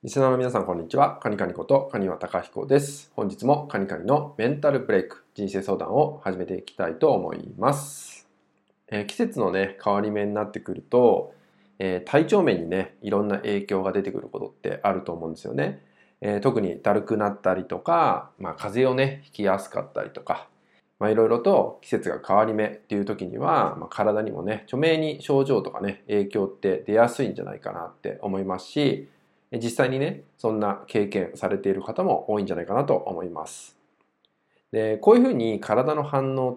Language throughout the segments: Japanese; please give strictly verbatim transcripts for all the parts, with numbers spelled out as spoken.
リスナーの皆さん、こんにちは。カニカニことカニワタカヒコです。本日もカニカニのメンタルブレイク、人生相談を始めていきたいと思います。えー季節のね、変わり目になってくると、えー体調面にね、いろんな影響が出てくることってあると思うんですよね。えー特にだるくなったりとか、まあ、風邪をね、ひきやすかったりとか、まあ、いろいろと季節が変わり目っていう時には、まあ、体にもね、著名に症状とかね、影響って出やすいんじゃないかなって思いますし、実際にね、そんな経験されている方も多いんじゃないかなと思います。で、こういうふうに体の反応って、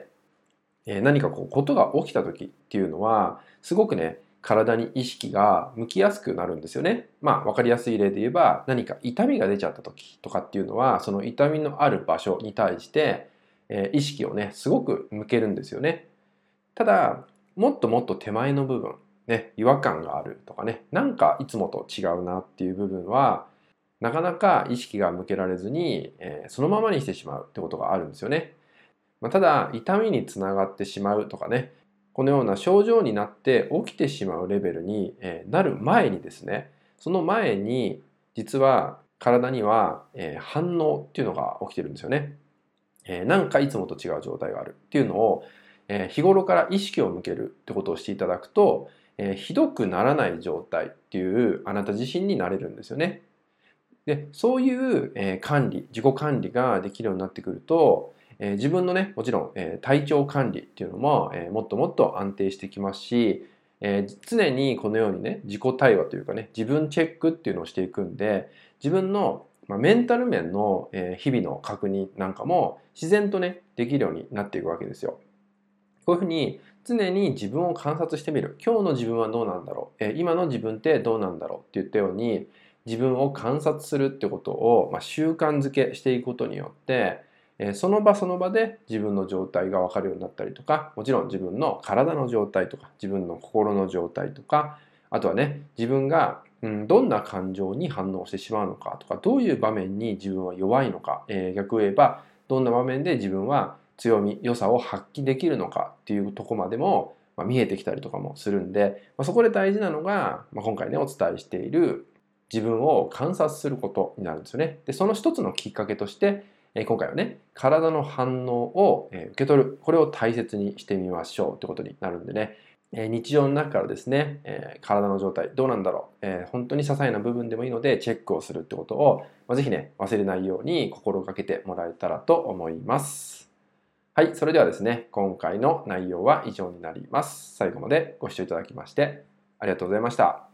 えー何かこうことが起きた時っていうのは、すごくね、体に意識が向きやすくなるんですよね。まあ、わかりやすい例で言えば、何か痛みが出ちゃった時とかっていうのは、その痛みのある場所に対して、えー意識をね、すごく向けるんですよね。ただ、もっともっと手前の部分、ね、違和感があるとかね、なんかいつもと違うなっていう部分は、なかなか意識が向けられずに、えーそのままにしてしまうってことがあるんですよね。まあ、ただ、痛みにつながってしまうとかね、このような症状になって起きてしまうレベルに、えーなる前にですね、その前に、実は体には、えー反応っていうのが起きてるんですよね。えーなんかいつもと違う状態があるっていうのを、えー日頃から意識を向けるってことをしていただくと、えーひどくならない状態っていうあなた自身になれるんですよね。で、そういう、えー管理、自己管理ができるようになってくると、えー自分のね、もちろん、えー体調管理っていうのも、えーもっともっと安定してきますし、えー常にこのようにね、自己対話というかね、自分チェックっていうのをしていくんで、自分の、まあ、メンタル面の、えー日々の確認なんかも自然とね、できるようになっていくわけですよ。こういうふうに常に自分を観察してみる。今日の自分はどうなんだろう。えー今の自分ってどうなんだろうって言ったように、自分を観察するってことを、まあ、習慣づけしていくことによって、えーその場その場で自分の状態がわかるようになったりとか、もちろん自分の体の状態とか、自分の心の状態とか、あとはね、自分が、うん、どんな感情に反応してしまうのかとか、どういう場面に自分は弱いのか、えー逆を言えば、どんな場面で自分は強み、良さを発揮できるのかっていうとこまでも、まあ、見えてきたりとかもするんで、まあ、そこで大事なのが、まあ、今回ね、お伝えしている自分を観察することになるんですよね。で、その一つのきっかけとして、えー今回はね、体の反応をえー受け取る。これを大切にしてみましょうってことになるんでね、えー日常の中からですね、えー体の状態どうなんだろう、えー本当に些細な部分でもいいのでチェックをするってことを、まあ、ぜひね、忘れないように心がけてもらえたらと思います。はい、それではですね、今回の内容は以上になります。最後までご視聴いただきましてありがとうございました。